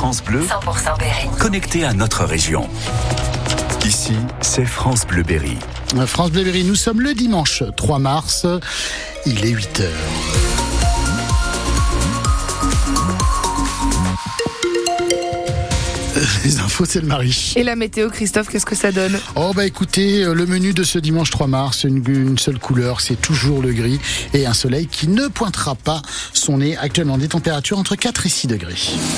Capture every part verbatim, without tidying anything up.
France Bleu, cent pour cent Berry. Connecté à notre région. Ici, c'est France Bleu Berry. France Bleu Berry, nous sommes le dimanche trois mars, il est huit heures. Les infos, c'est le mari. Et la météo, Christophe, qu'est-ce que ça donne ? Oh bah écoutez, le menu de ce dimanche trois mars, une, une seule couleur, c'est toujours le gris et un soleil qui ne pointera pas son nez. Actuellement des températures entre quatre et six degrés.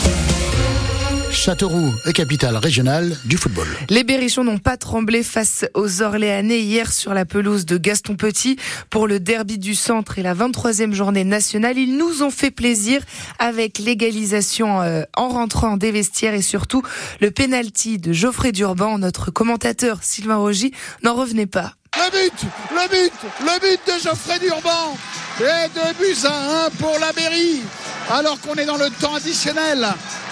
Châteauroux est capitale régionale du football. Les Berrichons n'ont pas tremblé face aux Orléanais hier sur la pelouse de Gaston Petit pour le derby du centre et la vingt-troisième journée nationale. Ils nous ont fait plaisir avec l'égalisation en rentrant des vestiaires et surtout le pénalty de Geoffrey Durban. Notre commentateur Sylvain Rogy n'en revenait pas. Le but, le but, le but de Geoffrey Durban. Et deux buts à un pour la Berry, alors qu'on est dans le temps additionnel.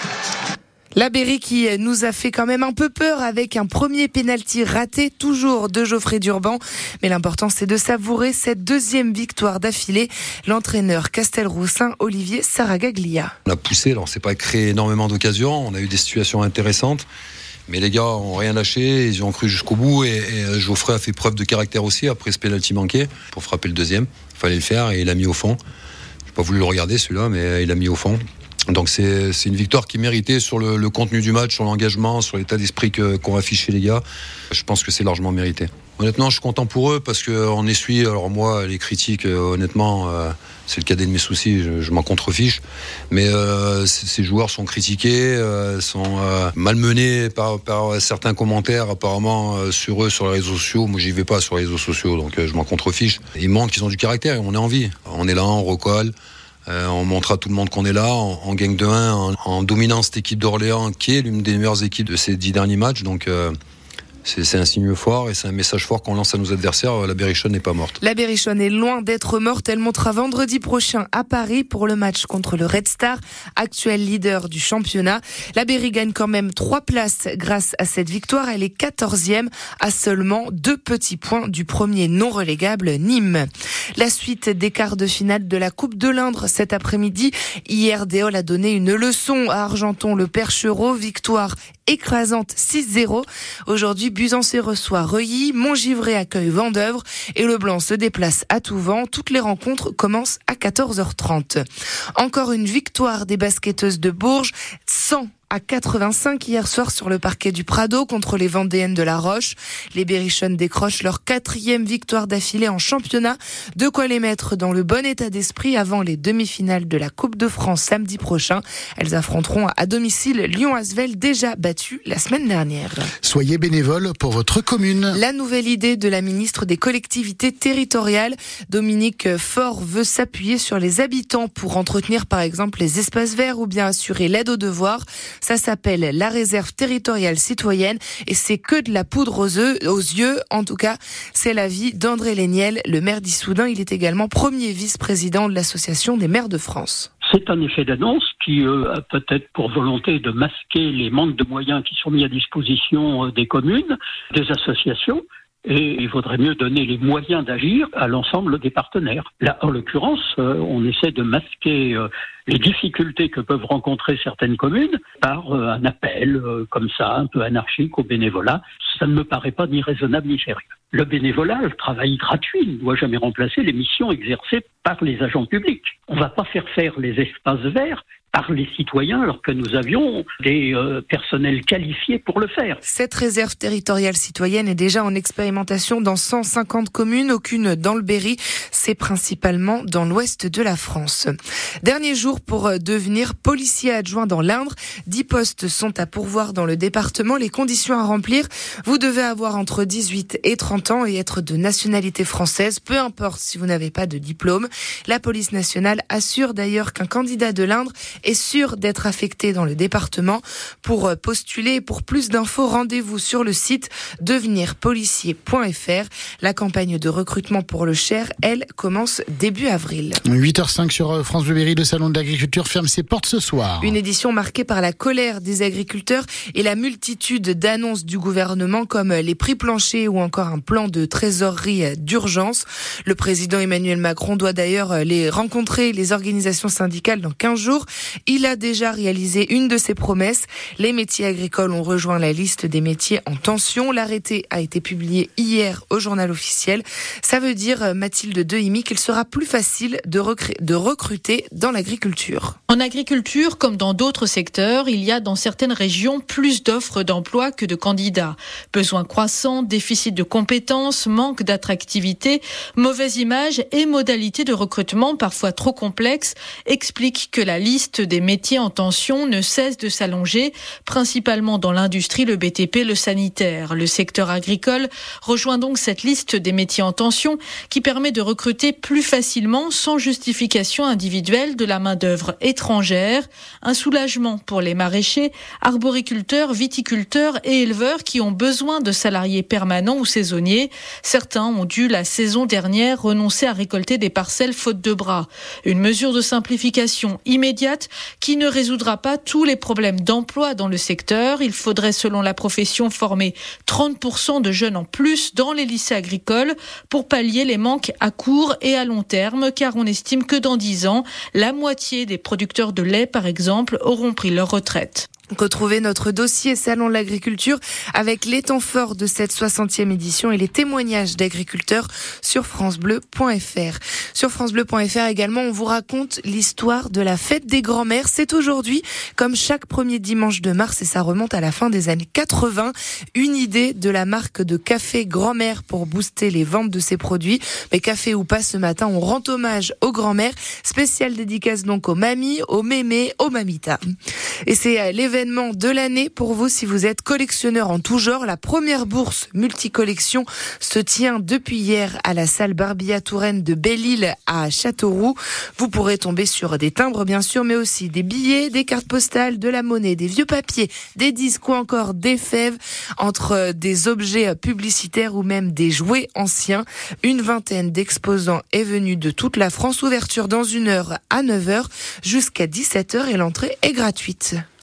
La Berry qui nous a fait quand même un peu peur avec un premier pénalty raté, toujours de Geoffrey Durban. Mais l'important, c'est de savourer cette deuxième victoire d'affilée. L'entraîneur Castelroussin, Olivier Saragaglia. On a poussé, alors c'est pas créé énormément d'occasions, on a eu des situations intéressantes. Mais les gars ont rien lâché, ils ont cru jusqu'au bout. Et, et Geoffrey a fait preuve de caractère aussi après ce pénalty manqué pour frapper le deuxième. Il fallait le faire et il l'a mis au fond. J'ai pas voulu le regarder celui-là, mais il l'a mis au fond. Donc c'est, c'est une victoire qui est méritée sur le, le contenu du match, sur l'engagement, sur l'état d'esprit que, qu'ont affiché les gars. Je pense que c'est largement mérité. Honnêtement, je suis content pour eux parce qu'on essuie, alors moi, les critiques, euh, honnêtement, euh, c'est le cadet de mes soucis, je, je m'en contrefiche. Mais euh, c- ces joueurs sont critiqués, euh, sont euh, malmenés par, par certains commentaires apparemment euh, sur eux, sur les réseaux sociaux. Moi, j'y vais pas sur les réseaux sociaux, donc euh, je m'en contrefiche. Ils montrent qu'ils ont du caractère et on a envie. On est là, on recolle. Euh, on montre à tout le monde qu'on est là, on, on gagne de un en, en dominant cette équipe d'Orléans qui est l'une des meilleures équipes de ces dix derniers matchs. Donc euh, c'est, c'est un signe fort et c'est un message fort qu'on lance à nos adversaires. La Berrichonne n'est pas morte. La Berrichonne est loin d'être morte. Elle montera vendredi prochain à Paris pour le match contre le Red Star, actuel leader du championnat. La Berry gagne quand même trois places grâce à cette victoire. Elle est quatorzième à seulement deux petits points du premier non relégable Nîmes. La suite des quarts de finale de la Coupe de l'Indre cet après-midi. Hier, Déol a donné une leçon à Argenton-le-Perchereau. Victoire écrasante six zéro. Aujourd'hui, Buzancé reçoit Reuilly, Montgivray accueille Vendeuvre et le Blanc se déplace à Touvent. Toutes les rencontres commencent à quatorze heures trente. Encore une victoire des basketteuses de Bourges, cent à quatre-vingt-cinq hier soir sur le parquet du Prado contre les Vendéennes de La Roche. Les Berrichonnes décrochent leur quatrième victoire d'affilée en championnat. De quoi les mettre dans le bon état d'esprit avant les demi-finales de la Coupe de France samedi prochain. Elles affronteront à domicile Lyon-Asvel, déjà battu la semaine dernière. Soyez bénévole pour votre commune. La nouvelle idée de la ministre des collectivités territoriales, Dominique Faure, veut s'appuyer sur les habitants pour entretenir par exemple les espaces verts ou bien assurer l'aide aux devoirs. Ça s'appelle la réserve territoriale citoyenne et c'est que de la poudre aux, œufs, aux yeux. En tout cas, c'est l'avis d'André Léniel, le maire d'Issoudun. Il est également premier vice-président de l'Association des maires de France. C'est un effet d'annonce qui euh, a peut-être pour volonté de masquer les manques de moyens qui sont mis à disposition euh, des communes, des associations. Et il vaudrait mieux donner les moyens d'agir à l'ensemble des partenaires. Là, en l'occurrence, euh, on essaie de masquer euh, les difficultés que peuvent rencontrer certaines communes par euh, un appel euh, comme ça, un peu anarchique au bénévolat. Ça ne me paraît pas ni raisonnable ni sérieux. Le bénévolat, le travail gratuit, ne doit jamais remplacer les missions exercées par les agents publics. On ne va pas faire faire les espaces verts par les citoyens alors que nous avions des euh, personnels qualifiés pour le faire. Cette réserve territoriale citoyenne est déjà en expérimentation dans cent cinquante communes, aucune dans le Berry. C'est principalement dans l'ouest de la France. Dernier jour pour devenir policier adjoint dans l'Indre. dix postes sont à pourvoir dans le département. Les conditions à remplir, vous devez avoir entre dix-huit et trente ans et être de nationalité française, peu importe si vous n'avez pas de diplôme. La police nationale assure d'ailleurs qu'un candidat de l'Indre est sûr d'être affecté dans le département. Pour postuler, pour plus d'infos, rendez-vous sur le site devenir policier point f r. La campagne de recrutement pour le Cher, elle, commence début avril. huit heures cinq sur France Bleu Berry, le salon de l'agriculture ferme ses portes ce soir. Une édition marquée par la colère des agriculteurs et la multitude d'annonces du gouvernement comme les prix planchers ou encore un plan de trésorerie d'urgence. Le président Emmanuel Macron doit d'ailleurs les rencontrer, les organisations syndicales, dans quinze jours. Il a déjà réalisé une de ses promesses. Les métiers agricoles ont rejoint la liste des métiers en tension. L'arrêté a été publié hier au journal officiel. Ça veut dire, Mathilde Dehimi, qu'il sera plus facile de, recr- de recruter dans l'agriculture. En agriculture, comme dans d'autres secteurs, il y a dans certaines régions plus d'offres d'emploi que de candidats. Besoins croissants, déficit de compétences, manque d'attractivité, mauvaise image et modalités de recrutement parfois trop complexes expliquent que la liste des métiers en tension ne cesse de s'allonger, principalement dans l'industrie, le B T P, le sanitaire. Le secteur agricole rejoint donc cette liste des métiers en tension qui permet de recruter plus facilement, sans justification individuelle, de la main-d'œuvre étrangère. Un soulagement pour les maraîchers, arboriculteurs, viticulteurs et éleveurs qui ont besoin de salariés permanents ou saisonniers. Certains ont dû la saison dernière renoncer à récolter des parcelles faute de bras. Une mesure de simplification immédiate qui ne résoudra pas tous les problèmes d'emploi dans le secteur. Il faudrait, selon la profession, former trente pour cent de jeunes en plus dans les lycées agricoles pour pallier les manques à court et à long terme, car on estime que dans dix ans, la moitié des producteurs de lait, par exemple, auront pris leur retraite. Retrouvez notre dossier Salon de l'agriculture avec les temps forts de cette soixantième édition et les témoignages d'agriculteurs sur francebleu point f r. Sur francebleu point f r également, on vous raconte l'histoire de la fête des grands-mères. C'est aujourd'hui, comme chaque premier dimanche de mars, et ça remonte à la fin des années quatre-vingts, une idée de la marque de café Grand-mère pour booster les ventes de ses produits. Mais café ou pas, ce matin, on rend hommage aux grands-mères. Spéciale dédicace donc aux mamies, aux mémés, aux mamitas. Et c'est l'événement Événement de l'année pour vous si vous êtes collectionneur en tout genre. La première bourse multicollection se tient depuis hier à la salle Barbilla Touraine de Belle-Île à Châteauroux. Vous pourrez tomber sur des timbres bien sûr, mais aussi des billets, des cartes postales, de la monnaie, des vieux papiers, des disques ou encore des fèves, entre des objets publicitaires ou même des jouets anciens. Une vingtaine d'exposants est venue de toute la France. Ouverture dans une heure à neuf heures jusqu'à dix-sept heures et l'entrée est gratuite.